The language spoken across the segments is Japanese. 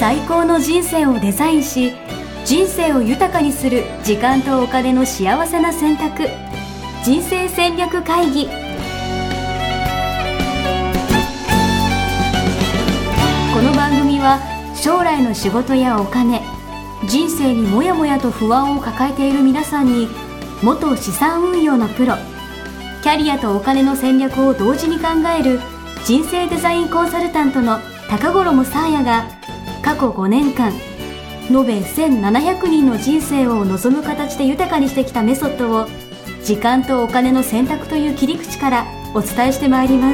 最高の人生をデザインし、人生を豊かにする時間とお金の幸せな選択、人生戦略会議。この番組は将来の仕事やお金、人生にもやもやと不安を抱えている皆さんに、元資産運用のプロ、キャリアとお金の戦略を同時に考える人生デザインコンサルタントの高頃もさあやが、過去5年間延べ1700人の人生を望む形で豊かにしてきたメソッドを、時間とお金の選択という切り口からお伝えしてまいります。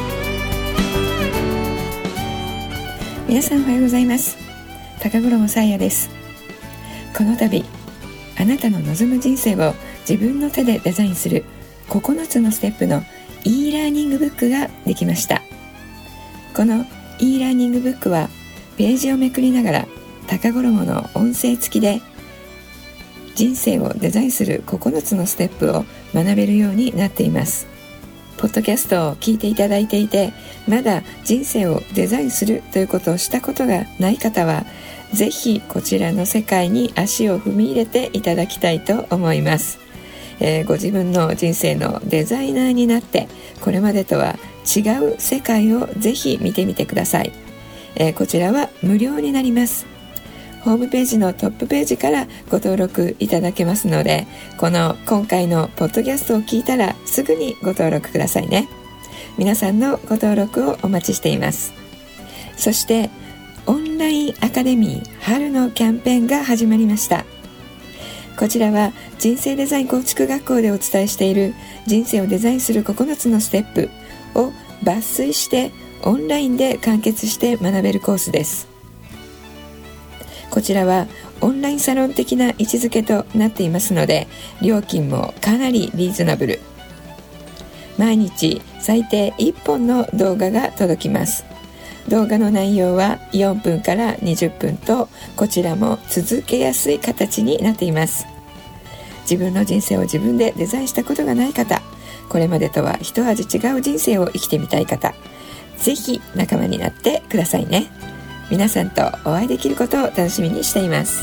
皆さんおはようございます。高頃もさあやです。この度、あなたの望む人生を自分の手でデザインする9つのステップの e ラーニングブックができました。この e ラーニングブックはページをめくりながら高頃もの音声付きで人生をデザインする9つのステップを学べるようになっています。ポッドキャストを聞いていただいていて、まだ人生をデザインするということをしたことがない方は、ぜひこちらの世界に足を踏み入れていただきたいと思います。ご自分の人生のデザイナーになって、これまでとは違う世界をぜひ見てみてください。こちらは無料になります。ホームページのトップページからご登録いただけますので、今回のポッドキャストを聞いたらすぐにご登録くださいね。皆さんのご登録をお待ちしています。そしてオンラインアカデミー春のキャンペーンが始まりました。こちらは人生デザイン構築学校でお伝えしている人生をデザインする9つのステップを抜粋してオンラインで完結して学べるコースです。こちらはオンラインサロン的な位置づけとなっていますので、料金もかなりリーズナブル。毎日最低1本の動画が届きます。動画の内容は4分から20分と、こちらも続けやすい形になっています。自分の人生を自分でデザインしたことがない方、これまでとは一味違う人生を生きてみたい方、ぜひ仲間になってくださいね。皆さんとお会いできることを楽しみにしています。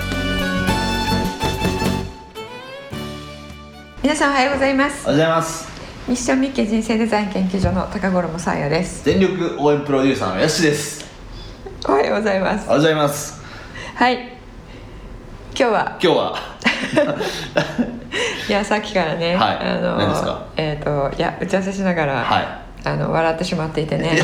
皆さんおはようございます。 おはようございます。 ミッションミッケ人生デザイン研究所の高頃もさあやです。 全力応援プロデューサーのやしです。 おはようございます。 おはようございます。 はい、今日はいや、さっきからね、 はい、何ですか？ いや、打ち合わせしながら、 はい、 笑ってしまっていてね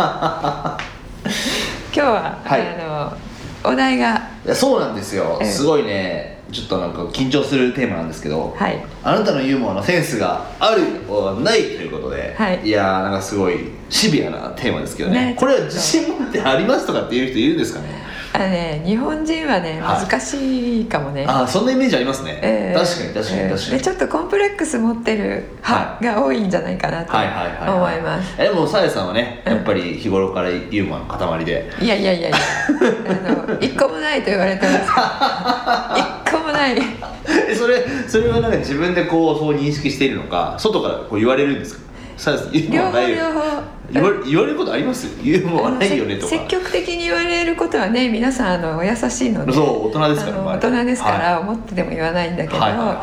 今日は、はい、お題が、 いや、そうなんですよ、すごいね、ちょっとなんか緊張するテーマなんですけど、 はい、 あなたのユーモアのセンスがあるないということで、はい、いやー、なんかすごいシビアなテーマですけど ね、これは自信持ってありますとかっていう人いるんですかね？ 日本人はね、難しいかもね。 そんなイメージありますね、確かにで、ちょっとコンプレックス持ってる派が多いんじゃないかなと思います。 でもさやさんはね、やっぱり日頃からユーモアの塊で、 いや一個もないと言われてます一個もないそれはなんか自分でそう認識しているのか、外から言われるんですか？さやさん、ユーモアないよ、両方言われることあります？ユーモアないよねとか。積極的に言われることはね、皆さんお優しいので、 そう、大人ですから大人ですから、思ってでも言わないんだけど、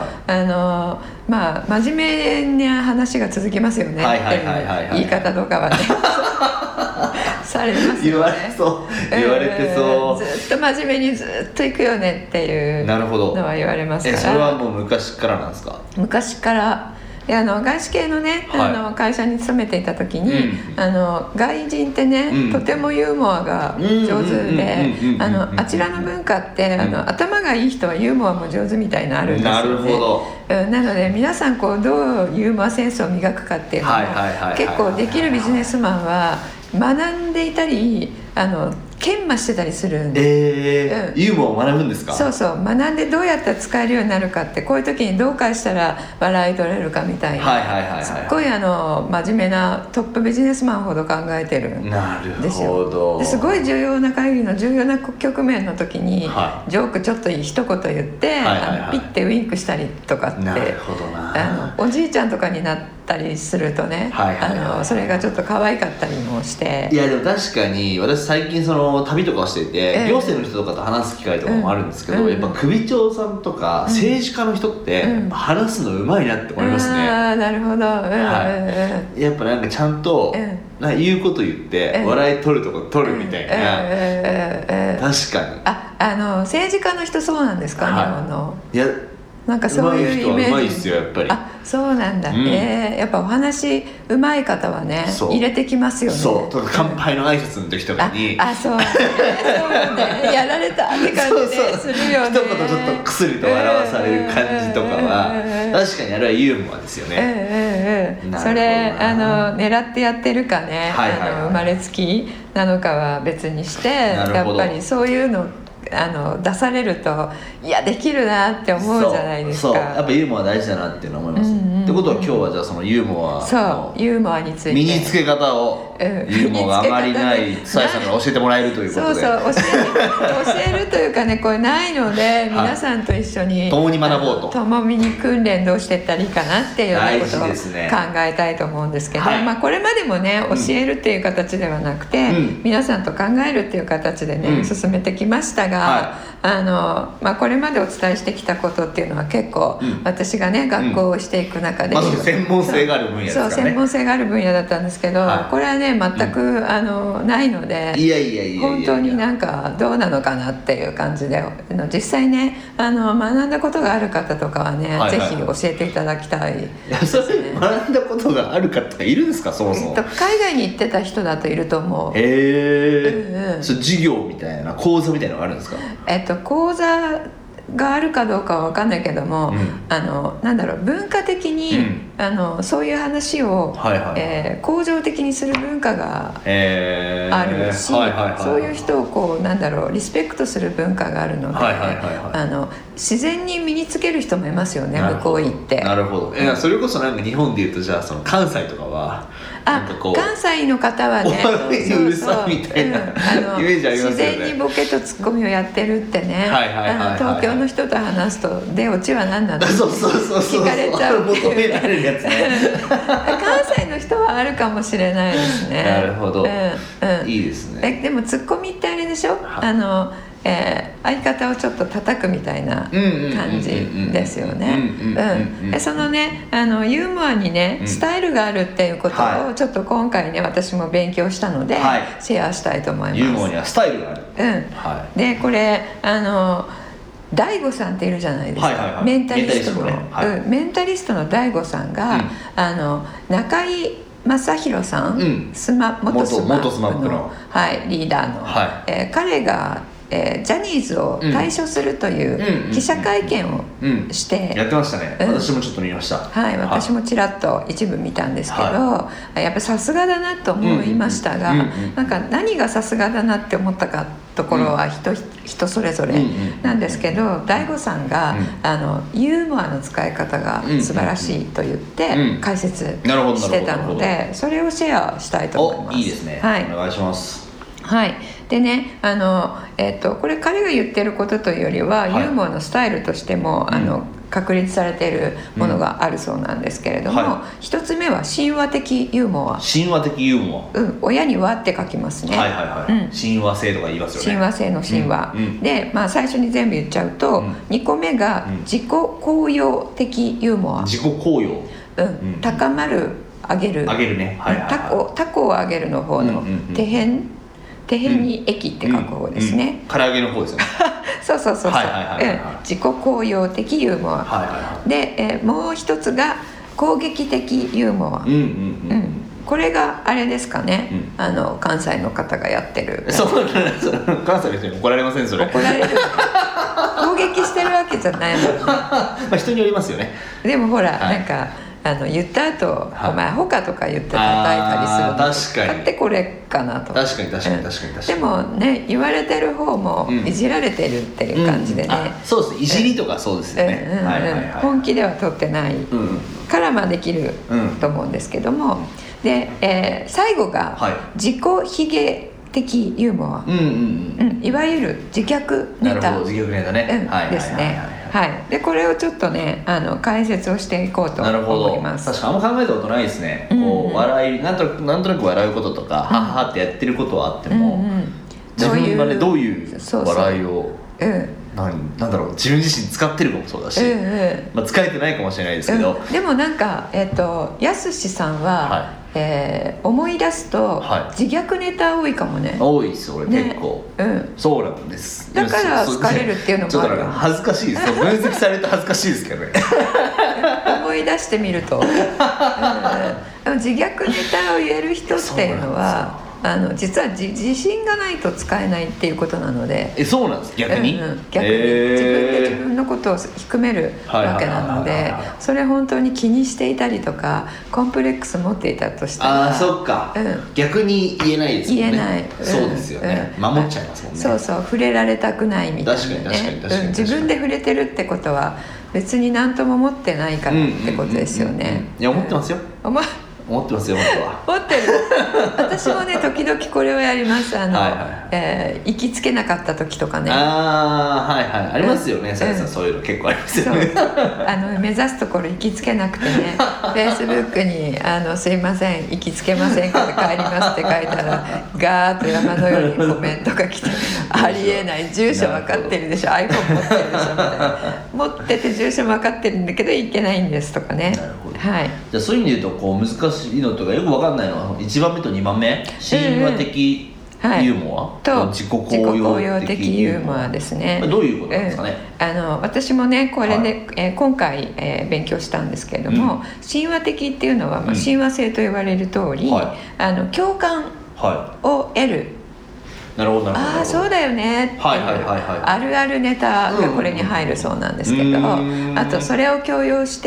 まあ真面目な話が続きますよねっていう言い方とかはねされますよね。 言われてそう、 ずっと真面目にずっと行くよねっていうのは言われますから。 それはもう昔からなんですか？ 昔から。外資系のね、会社に勤めていた時に、外人ってね、とてもユーモアが上手で、あちらの文化って、頭がいい人はユーモアも上手みたいなのあるんですよね。なるほど。なので皆さんどうユーモアセンスを磨くかっていうのを、結構できるビジネスマンは学んでいたり、研磨してたりするんで、 ユーモアを学ぶんですか？ そうそう、学んでどうやったら使えるようになるかって、こういう時にどう返したら笑い取れるかみたいな、すっごい真面目なトップビジネスマンほど考えてるんですよ。 なるほど。 ですごい重要な会議の重要な局面の時に、ジョークちょっと一言言って、ピッてウインクしたりとかって、 なるほどな。 おじいちゃんとかになったったりするとね、 それがちょっと可愛かったりもして。 いやでも確かに私最近その旅とかしていて、行政の人とかと話す機会とかもあるんですけど、やっぱ首長さんとか政治家の人って話すのうまいなって思いますね。 ああなるほど、 やっぱなんかちゃんと言うこと言って笑い取るとこ取るみたいな、確かに政治家の人そうなんですか、日本の。 いやなんかそういうイメージ。 うまいっすよやっぱり。 あ、そうなんだ、やっぱお話うまい方はね入れてきますよね。 そうとか乾杯の挨拶の時とかにそうねやられたって感じでするよね。 一言ちょっとくすりと笑わされる感じとかは確かにあれはユーモアですよね。 それ狙ってやってるかね、生まれつきなのかは別にして、やっぱりそういうの出されるといやできるなって思うじゃないですか。 そうやっぱユーモア大事だなっていうのは思います、ってことは今日はじゃあそのユーモアのユーモアについて身につけ方を、ユーモアがあまりないさやさんから教えてもらえるということで、 教えるというかね、これないので皆さんと一緒に共に学ぼうと、 共に訓練どうしていったらいいかなっていうようなことを考えたいと思うんですけど、これまでもね教えるっていう形ではなくて、皆さんと考えるっていう形でね、進めてきましたが、これまでお伝えしてきたことっていうのは結構、私がね学校をしていく中で、 専門性がある分野ですからね。 そう専門性がある分野だったんですけど、これはね全く、ないので、本当になんかどうなのかなっていう感じで、実際ね学んだことがある方とかはね、ぜひ教えていただきたいですね。 学んだことがある方がいるんですか、そもそも。 海外に行ってた人だといると思う。 それ授業みたいな講座みたいなのがあるんですか。 講座があるかどうかは分かんないけども、なんだろう、文化的に、そういう話を、向上的にする文化があるし、そういう人をこうなんだろうリスペクトする文化があるので、自然に身につける人もいますよね、向こう行って。なるほど。 それこそなんか日本でいうとじゃあその関西とかは関西の方はねうるさいみたいなイメージありますよね。 自然にボケとツッコミをやってるってね、東京の人と話すとでオチは何なのって聞かれちゃうっていう、関西の人はあるかもしれないですね。 なるほど、いいですね。 でもツッコミってあれでしょ、相方をちょっと叩くみたいな感じですよね。そのねユーモアにねスタイルがあるっていうことをちょっと今回ね私も勉強したのでシェアしたいと思います。 ユーモアにはスタイルがある。 でこれ大悟さんっているじゃないですか、メンタリストのメンタリストの大悟さんが、中居正広さん、元スマップの、リーダーの、彼がジャニーズを退所するという記者会見をしてやってましたね。私もちょっと見ました。 私もちらっと一部見たんですけど、やっぱりさすがだなと思いましたが、なんか何がさすがだなって思ったかところは人それぞれなんですけど、大悟さんがユーモアの使い方が素晴らしいと言って解説してたので、それをシェアしたいと思います。 いいですね、お願いします。 でねこれ彼が言ってることというよりは、ユーモアのスタイルとしても確立されているものがあるそうなんですけれども、一つ目は神話的ユーモア。 神話的ユーモア、 親に和って書きますね。 親和性とか言いますよね。 親和性の神話、で、最初に全部言っちゃうと、2個目が自己高揚的ユーモア。 自己高揚、 高まる、上げるね、 タコを上げるの方の手辺に駅って書く方ですね。 唐揚げの方ですよね。 そう自己高揚的ユーモアで、もう一つが攻撃的ユーモア。これがあれですかね、関西の方がやってる。 そうなんです。関西の人に怒られませんそれ。 怒られる。攻撃してるわけじゃないの。 人によりますよね。 でもほら、なんか言った後、お前ほかとか言って叩いたりするの。 確かに。 買ってこれかなと。 確かに。 でもね、言われてる方もいじられてるっていう感じでね。 そうです。いじりとかそうですよね。 本気では取ってないからできると思うんですけども、で、最後が自己卑下的ユーモア。いわゆる自虐ネタですね。 はい、でこれをちょっとね解説をしていこうと思います。 なるほど。確かあんま考えたことないですね、こう笑いなんとなく笑うこととか、はっはってやってることはあっても、自分がねどういう笑いをなんだろう、自分自身使ってるかもそうだし、まあ、使えてないかもしれないですけど、 でもなんかやすしさんは、思い出すと、自虐ネタ多いかもね。 多いです俺、結構、そうなんです。 だから好かれるっていうのもある。 ちょっとなんか恥ずかしいです分析されると恥ずかしいですけどね思い出してみると、でも自虐ネタを言える人っていうのは実は自信がないと使えないっていうことなので。 そうなんです。逆に、 逆に自分で自分のことを低めるわけなので、それ本当に気にしていたりとかコンプレックス持っていたとしたら、 そっか、逆に言えないですもんね。 言えない、 そうですよね、守っちゃいますもんね。 そう触れられたくないみたいなね。確かに自分で触れてるってことは別に何とも思ってないからってことですよね。 いや思ってますよ。思ってますよ、 持ってる私もね時々これをやります。行きつけなかった時とかね。 ありますよね、さやさん、そういうの結構ありますよね。 目指すところ行きつけなくてねFacebook にすいません行きつけませんから帰りますって書いたらガーッと山のようにコメントが来てありえない、住所分かってるでしょ、 iPhone 持ってるでしょみたいな、持ってて住所分かってるんだけど行けないんですとかね。 なるほど、じゃあそういう意味で言うとこう難しいのとかよく分かんないのは1番目と2番目、神話的ユーモアと自己効用的ユーモアですね。どういうことなんですかね。 私もねこれで、今回、勉強したんですけれども、神話的っていうのは、親和性と言われる通り、共感を得る、 なるほどなるほど。 ああそうだよねっていうあるあるネタがこれに入るそうなんですけど、あとそれを強要して、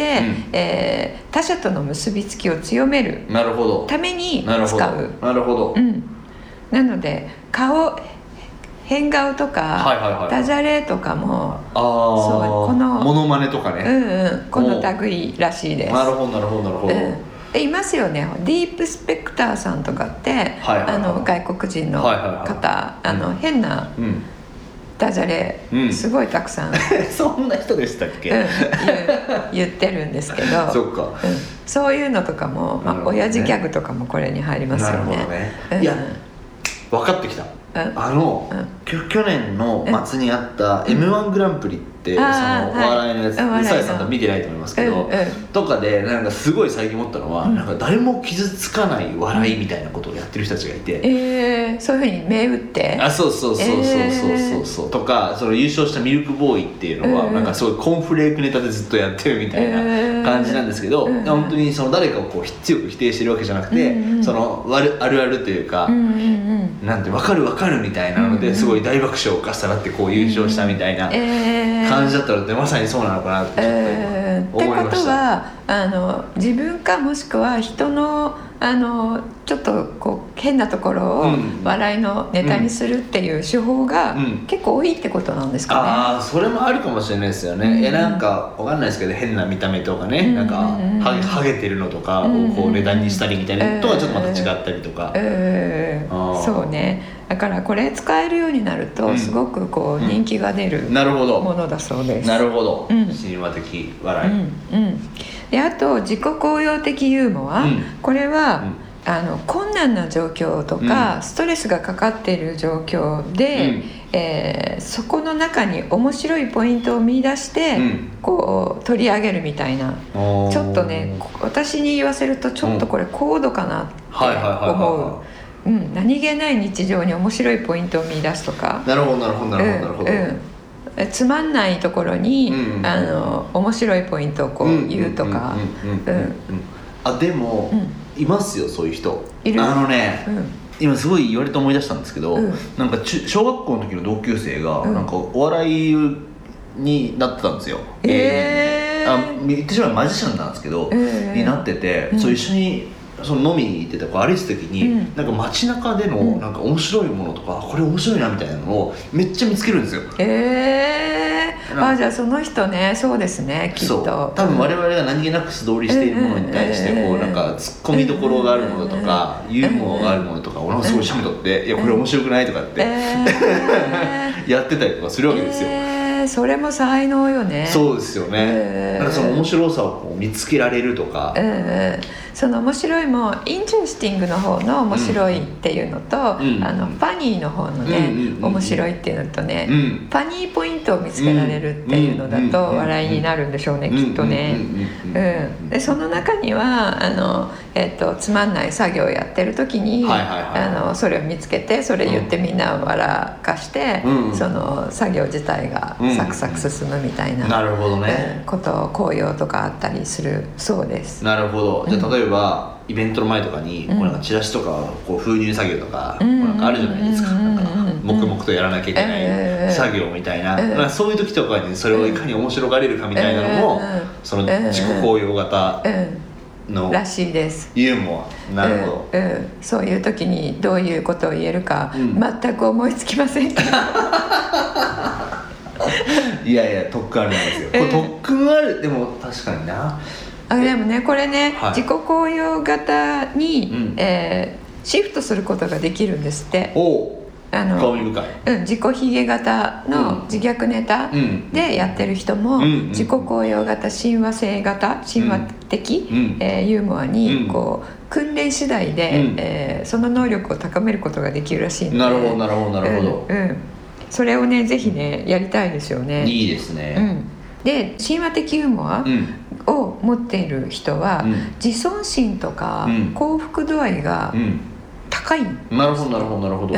他者との結びつきを強めるために使う。 なるほど、 なので変顔とか、ダジャレとかも、 そうこのモノマネとかね、 この類らしいです。 なるほどなるほどなるほど。 いますよね、ディープスペクターさんとかって、外国人の方、変なダジャレ、すごいたくさんそんな人でしたっけ、 言ってるんですけどそっか、 そういうのとかも、親父ギャグとかもこれに入りますよね。 なるほどね。いや分かってきた。去年の末にあった M1 グランプリって、そのお笑いのやつ、さやさんと見てないと思いますけど、とかでなんかすごい最近思ったのは、なんか誰も傷つかない笑いみたいなことをやってる人たちがいて、 そういうふうに銘打って、 そうとか、その優勝したミルクボーイっていうのは、なんかすごいコーンフレークネタでずっとやってるみたいな感じなんですけど、本当にその誰かをこう強く否定してるわけじゃなくて、そのあるあるというか、なんて分かるみたいなのですごい大爆笑をかっさらってこう優勝したみたいな感じだったので、まさにそうなのかなってちょっと思いました。ってことは自分かもしくは人のちょっとこう変なところを笑いのネタにするっていう手法が結構多いってことなんですかね。 それもあるかもしれないですよね。なんかわかんないですけど、変な見た目とかね、なんかハゲてるのとかをこうネタにしたりみたいなとはちょっとまた違ったりとか、 そうね。だからこれ使えるようになるとすごくこう人気が出るものだそうです。 なるほど。神話的笑い。 であと自己効用的ユーモア、これは困難な状況とか、ストレスがかかっている状況で、そこの中に面白いポイントを見出して、こう取り上げるみたいな、ちょっとね私に言わせるとちょっとこれ高度かなって思う。何気ない日常に面白いポイントを見出すとか。 なるほど。 つまんないところに、面白いポイントをこう言うとか。 でも、いますよそういう人。今すごい言われて思い出したんですけど、なんか小学校の時の同級生がなんかお笑いになってたんですよ。言ってしまえばマジシャンなんですけど、になってて、そう一緒にその飲みに行ってた歩いてた時に、なんか街中でのなんか面白いものとか、これ面白いなみたいなのをめっちゃ見つけるんですよ。じゃあその人ね、そうですね、きっと多分我々が何気なく素通りしているものに対してこうなんかツッコミどころがあるものとか、ユーモアがあるものとかをなんかすごいしゃべとって、いやこれ面白くないとかってやってたりとかするわけですよ。 それも才能よね。 そうですよね、なんかその面白さをこう見つけられるとか、 その面白いもインタレスティングの方の面白いっていうのと、ファニーの方のね、面白いっていうのとね、ファニーポイントを見つけられるっていうのだと笑いになるんでしょうね、きっとね。でその中にはつまんない作業をやってる時に、それを見つけてそれ言ってみんなを笑かして、その作業自体がサクサク進むみたいな、 なるほどね、 こと効用とかあったりするそうです。 なるほど。じゃあ例えば、イベントの前とかに、こうなんかチラシとかこう封入作業とか、なんかあるじゃないですか、なんか黙々とやらなきゃいけない作業みたいな、なんかそういう時とかにそれをいかに面白がれるかみたいなのも、その自己効用型のらしいです。 ユーモア。なるほど、 そういう時にどういうことを言えるか、全く思いつきませんけどいやいや特訓あるんですよ、これ特訓ある。でも確かにな。 でもねこれね、自己効用型に、シフトすることができるんですって。 興味深い。 自己ヒゲ型の自虐ネタでやってる人も、自己効用型、親和性型、親和的、ユーモアにこう訓練次第で、その能力を高めることができるらしいので。 なるほどなるほどなるほど、 それをねぜひねやりたいですよね。 いいですね、 で親和的ユーモアを持っている人は、自尊心とか幸福度合いが高いんです。 なるほどなるほどなるほど、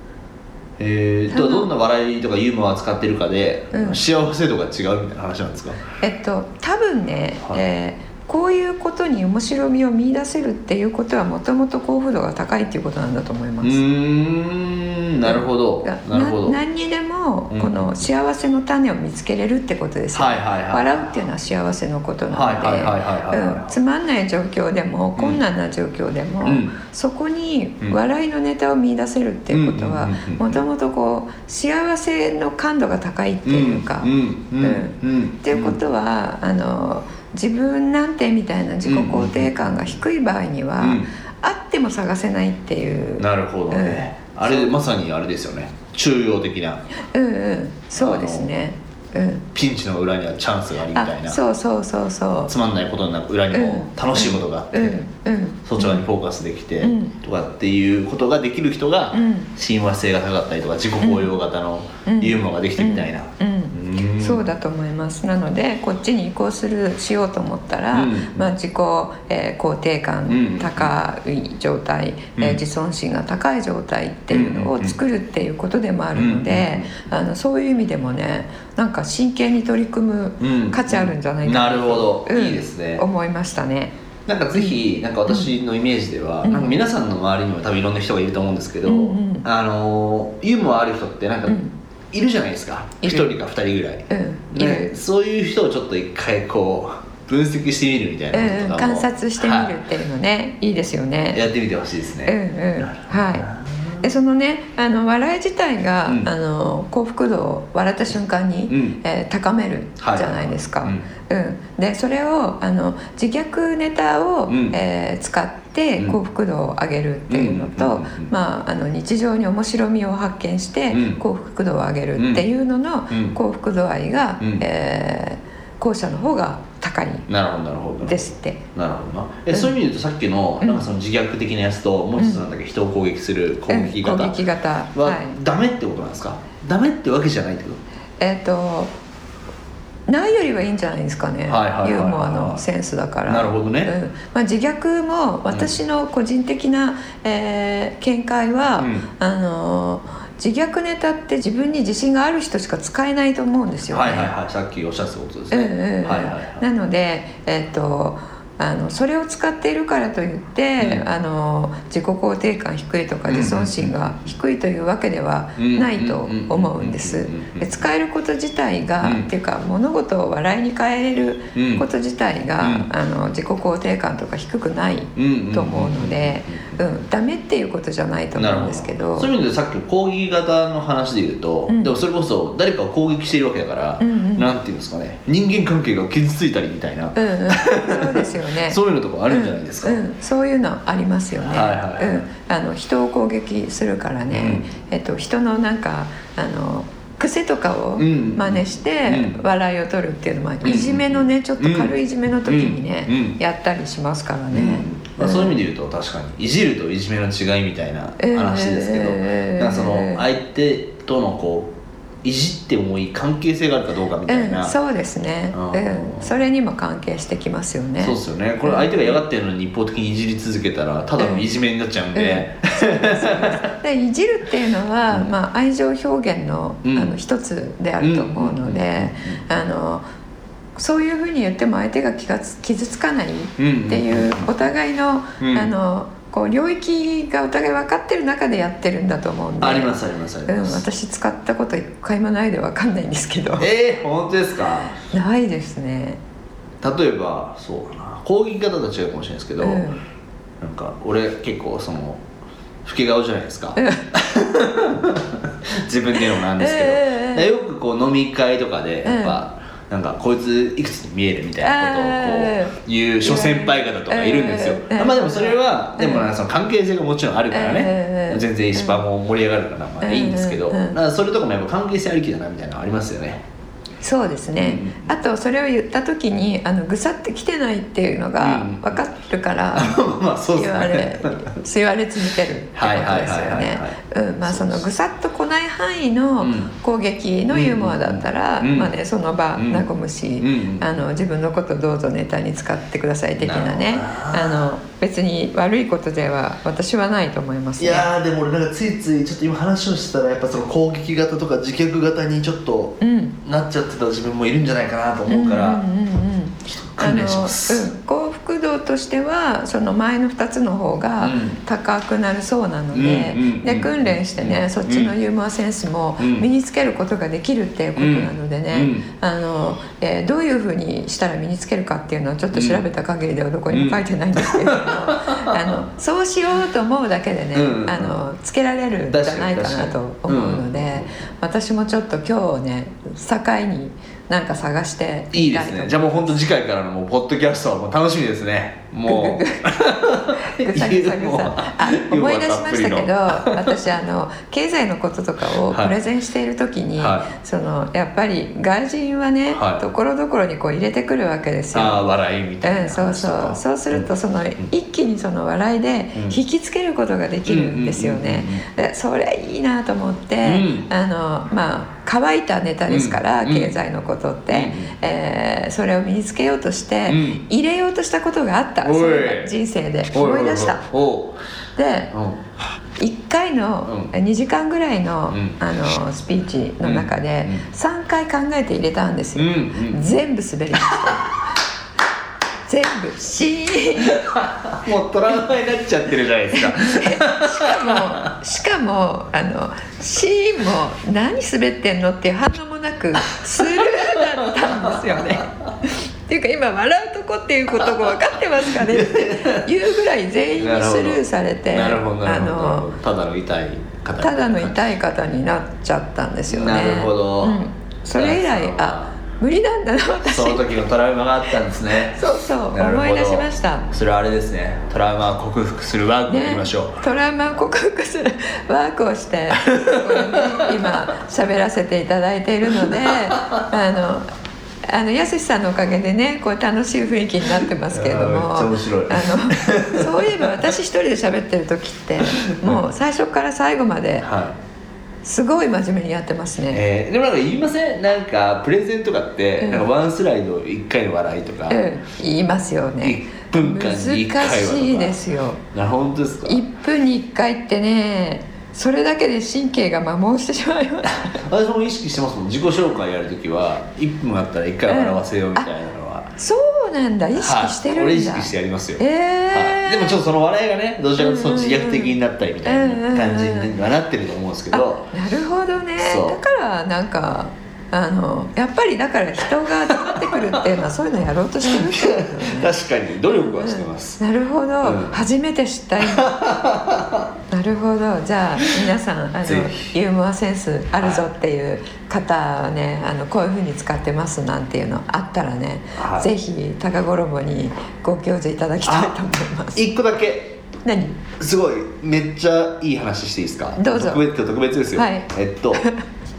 どんな笑いとかユーモアを使ってるかで、幸せ度が違うみたいな話なんですか？ 多分ね、こういうことに面白みを見出せるっていうことはもともと幸福度が高いっていうことなんだと思います。 なるほどなるほど。 何にでもこの幸せの種を見つけれるってことですよ。笑うっていうのは幸せのことなので、つまんない状況でも困難な状況でも、そこに笑いのネタを見出せるっていうことはもともとこう幸せの感度が高いっていうか、っていうことは自分なんてみたいな自己肯定感が低い場合には、あっても探せないっていう。 なるほどね、あれまさにあれですよね、中庸的な、 そうですね、 ピンチの裏にはチャンスがありみたいな。 そうそうそうそう。 つまんないことの裏にも楽しいことがあって、そちらにフォーカスできて、とかっていうことができる人が、親和性が高かったりとか自己効用型のユーモアができてみたいな、 そうだと思います。なのでこっちに移行しようと思ったら、自己、肯定感高い状態、自尊心が高い状態っていうのを作るっていうことでもあるので、そういう意味でもねなんか真剣に取り組む価値あるんじゃないかな、 なるほど、いいですね、 思いましたね。 なんかぜひなんか私のイメージでは、なんか皆さんの周りにも多分いろんな人がいると思うんですけど、ユーモアある人ってなんかいるじゃないですか、1人か2人ぐらい、そういう人をちょっと一回こう分析してみるみたいなこととかも、 観察してみるっていうのね、いいですよね。 やってみてほしいですね。 はい。でそのね笑い自体が、幸福度を笑った瞬間に、高めるじゃないですか。でそれを自虐ネタを、使って幸福度を上げるっていうのと、日常に面白みを発見して幸福度を上げるっていうのの幸福度合いが、後者の方が高いですって。 なるほどな。そういう意味で言うとさっきのなんかその自虐的なやつと、もう一つなんだっけ、人を攻撃する攻撃型はダメってことなんですか？ダメってわけじゃないってこと？ ないよりはいいんじゃないですかね、ユーモアのセンスだから。 なるほどね。 自虐も私の個人的な、見解は、自虐ネタって自分に自信がある人しか使えないと思うんですよね。 さっきおっしゃったことですね。 なのでそれを使っているからといって、自己肯定感低いとか自尊心が低いというわけではないと思うんです。使えること自体が、っていうか物事を笑いに変えれること自体が、自己肯定感とか低くないと思うので、ダメっていうことじゃないと思うんですけど。 そういう意味でさっきの攻撃型の話で言うと、でもそれこそ誰かを攻撃しているわけだから、なんていうんですかね、人間関係が傷ついたりみたいな、 そうですよね。 そういうのとかあるんじゃないですか。 そういうのありますよね。人を攻撃するからね、人のなんか癖とかを真似して笑いを取るっていうのは、いじめのねちょっと軽いいじめの時にね、やったりしますからね、 そういう意味で言うと確かにいじるといじめの違いみたいな話ですけど、なんかその相手とのこういじってもいい関係性があるかどうかみたいな、 そうですね、それにも関係してきますよね。 そうですよね。これ相手が嫌がってるのに一方的にいじり続けたらただのいじめになっちゃうんで、 でいじるっていうのは、愛情表現の、一つであると思うので、そういうふうに言っても相手が傷つかないっていうお互いの、こう領域がお互い分かってる中でやってるんだと思うんで。 ありますありますあります、 私使ったこと一回もないで分かんないんですけど。 本当ですか？ ないですね。 例えばそうだな、攻撃方と違うかもしれないですけど、なんか俺結構その老け顔じゃないですか自分で言うのもなんですけど、よくこう飲み会とかでやっぱ、なんかこいついくつに見えるみたいなことをこう言う諸先輩方とかいるんですよ。でもそれはでもその関係性がもちろんあるからね、全然一番も盛り上がるからいいんですけど、それとかもやっぱ関係性ありきだなみたいなのありますよね。 そうですね、あとそれを言った時にぐさってきてないっていうのが分かるから言われ続けるってことですよね。そのぐさっと来ない範囲の攻撃のユーモアだったら、その場和むし、自分のことどうぞネタに使ってください的なね、別に悪いことでは私はないと思いますね。 いやでも俺なんかついついちょっと今話をしたらやっぱその攻撃型とか自虐型にちょっとなっちゃってた自分もいるんじゃないかなと思うから、訓練します。 幸福度としてはその前の2つの方が高くなるそうなので、訓練してね、そっちのユーモアセンスも身につけることができるっていうことなのでね、どういうふうにしたら身につけるかっていうのをちょっと調べた限りではどこにも書いてないんですけれども、そうしようと思うだけでね、つけられるんじゃないかなと思うので、私もちょっと今日ね境になんか探していいですね。じゃあもう本当次回からのもうポッドキャストはもう楽しみですね。もうぐさぐさぐさ思い出しましたけど、私経済のこととかをプレゼンしている時に、そのやっぱり外人はね、ところどころにこう入れてくるわけですよ。 笑いみたいな、 そうするとその一気にその笑いで引きつけることができるんですよね。でそれいいなと思って、乾いたネタですから、経済のことって、それを身につけようとして、入れようとしたことがあった。それが人生で思い出した。で1回の2時間ぐらいの、スピーチの中で3回考えて入れたんですよ。全部滑りました全部シーンもうトラウマになっちゃってるじゃないですかしかもシーンも何滑ってんのっていう反応もなくスルーだったんですよねっていうか今笑うとこっていうことが分かってますかねっていうぐらい全員にスルーされて、 なるほどただの痛い方になっちゃったんですよね。 なるほど、 それ以来無理なんだな私。 その時のトラウマがあったんですね。 そう思い出しました。 それはあれですね、トラウマを克服するワークをやりましょう、 トラウマを克服するワークをしてこれ、今喋らせていただいているのでやすしさんのおかげでねこう楽しい雰囲気になってますけれども、 めっちゃ面白いそういえば私一人で喋ってる時ってもう最初から最後まですごい真面目にやってますね。 でもなんか言いません？なんかプレゼンとかって、なんかワンスライド1回の笑いとか、 言いますよね。 1分間に1回はとか。 難しいですよ。 本当ですか ？1分に1回ってね、それだけで神経が摩耗してしまいます私も意識してますもん。自己紹介やるときは1分あったら1回笑わせようみたいなのは、 そうなんだ、意識してるんだ。 俺意識してやりますよ。でもちょっとその笑いがね、どちらかというと自虐的になったりみたいな感じにはなってると思うんですけど、 なるほどね。だからなんかやっぱりだから人が集まってくるっていうのはそういうのやろうとしてるってことだよね確かに努力はしてます、 なるほど、初めて知ったなるほど。じゃあ皆さんユーモアセンスあるぞっていう方はね、こういう風に使ってますなんていうのあったらね、ぜひ高衣にご教授いただきたいと思います。 1個だけ。 何？ すごいめっちゃいい話していいですか？ どうぞ。 特別ですよ、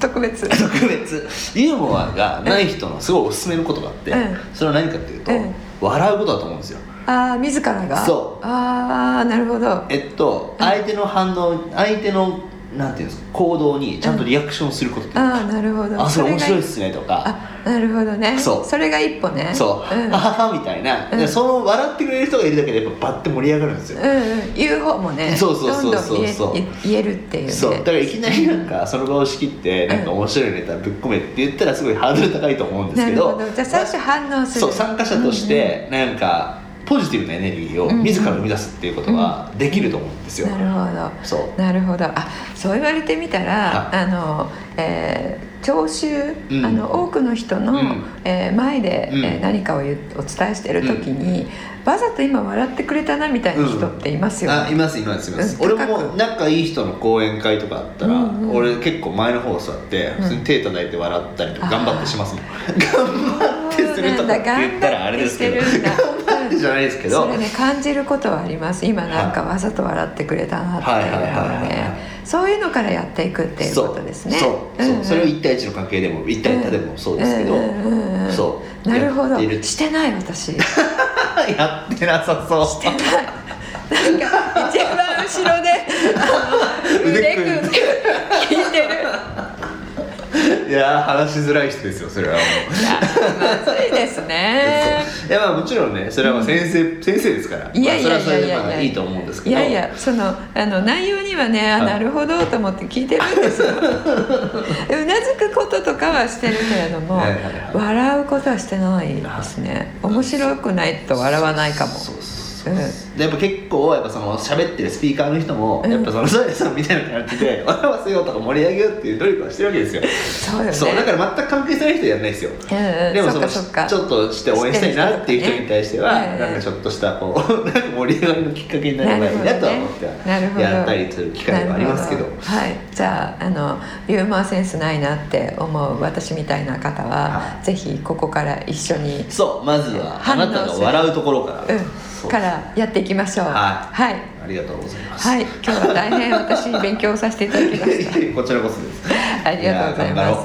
特別ユーモアがない人のすごいおすすめのことがあって、それは何かっていうと、笑うことだと思うんですよ。 自らが。 そう。 なるほど。 相手の反応、相手のなんていうんですか、行動にちゃんとリアクションすることっていうか、 なるほど。 それ面白いっすねとか、 なるほどね。それが一歩ね。 そう、はははみたいな、その笑ってくれる人がいるだけでやっぱバッて盛り上がるんですよ。 言う方もね、どんどん言えるっていうね。 そう、だからいきなりなんかその場を仕切ってなんか面白いネタぶっ込めって言ったらすごいハードル高いと思うんですけど、 じゃあ最初反応する。 そう、参加者としてなんかポジティブなエネルギーを自ら生み出すっていうことはできると思うんですよ。 なるほど。 そう。 なるほど。そう言われてみたら、聴衆、多くの人の、前で、何かをお伝えしている時に、わざと今笑ってくれたなみたいな人っていますよね。 います。俺も仲いい人の講演会とかあったら、俺結構前の方座って普通に手叩いて笑ったりとか頑張ってしますもん。頑張ってするとかって言ったらあれですけど、頑張ってじゃないですけど、 それね、感じることはあります。今なんかわざと笑ってくれたなっていうのね、そういうのからやっていくっていうことですね。 それを1対1の関係でも1対1でもそうですけど、そう。 なるほど。してない私。 やってなさそう。 してない。なんか一番後ろで腕組んで聞いてる。 いや、話しづらい人ですよ、それはもう。 いや、まずいですね。 いや、もちろんね、それは先生ですから、それはそれでいいと思うんですけど、 その内容にはね、なるほどと思って聞いてるんですよ。うなずくこととかはしてるけれども、笑うことはしてないですね。面白くないと笑わないかも。 でやっぱ結構その喋ってるスピーカーの人もやっぱそのソヤさんみたいな感じで笑わせようとか盛り上げようっていう努力はしてるわけですよ。 そうよね。 そうだから全く関係してない人はやらないですよ。でもそのちょっとして応援したいなっていう人に対してはなんかちょっとしたこうなんか盛り上がりのきっかけになればいいなとは思ってやったりする機会はありますけど。 はい。じゃあユーモアセンスないなって思う私みたいな方はぜひここから一緒に、 そう、まずはあなたが笑うところからやっていきましょう。 はい、ありがとうございます。 はい、今日は大変私勉強させていただきました。 こちらこそです。 ありがとうございます。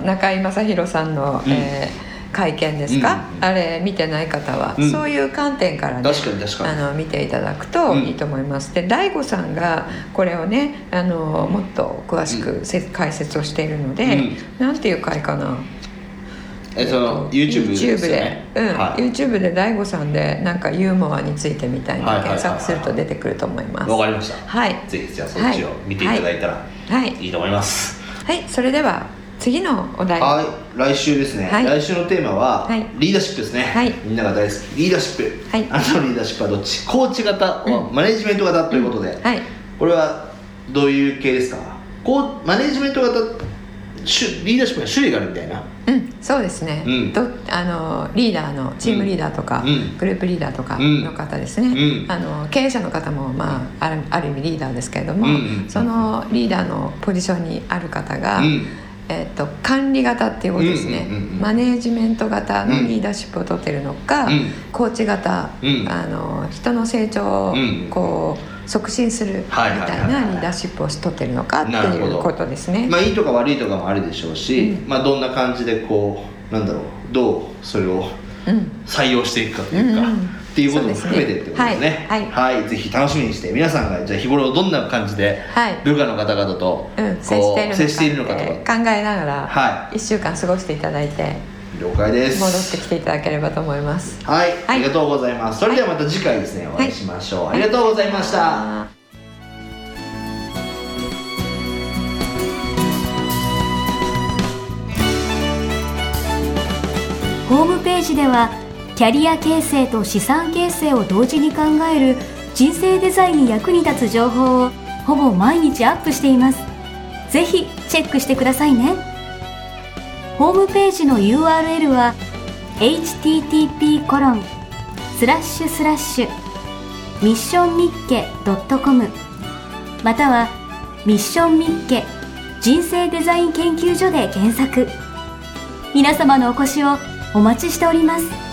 中井正弘さんの、会見ですか、あれ見てない方は、そういう観点からね、見ていただくといいと思います。で、大悟さんがこれをねもっと詳しく解説をしているので、なんていう回かな、 その YouTube ですよね。 YouTube で大悟さんでなんかユーモアについてみたいな検索すると出てくると思います。 わかりました。 はい。 ぜひじゃあそっちを見ていただいたらいいと思います。 はい。それでは次のお題。 はい。来週ですね。来週のテーマはリーダーシップですね。みんなが大好きリーダーシップ。あなたのリーダーシップはどっち？コーチ型、マネジメント型ということで、これはどういう系ですか？マネジメント型リーダーシップの種類があるみたいな。 そうですね、リーダーのチームリーダーとか、グループリーダーとかの方ですね、経営者の方も、ある意味リーダーですけれども、そのリーダーのポジションにある方が、管理型っていうことですね、マネージメント型のリーダーシップを取っているのか、コーチ型、人の成長をこう促進するみたいなリーダーシップを取っているのかっていうことですね。 いいとか悪いとかもあるでしょうし、どんな感じでこうどうそれを採用していくかというか、っていうことも含めてってことですね。はい、ぜひ楽しみにして、皆さんがじゃあ日頃どんな感じで部下の方々と接しているのかとか考えながら1週間過ごしていただいて、 了解です。 戻ってきていただければと思います。 はい、ありがとうございます。それではまた次回ですね、お会いしましょう。ありがとうございました。 ホームページではキャリア形成と資産形成を同時に考える人生デザインに役に立つ情報をほぼ毎日アップしています。ぜひチェックしてくださいね。ホームページの URL は http://missionnikke.com またはミッションミッケ人生デザイン研究所で検索。皆様のお越しをお待ちしております。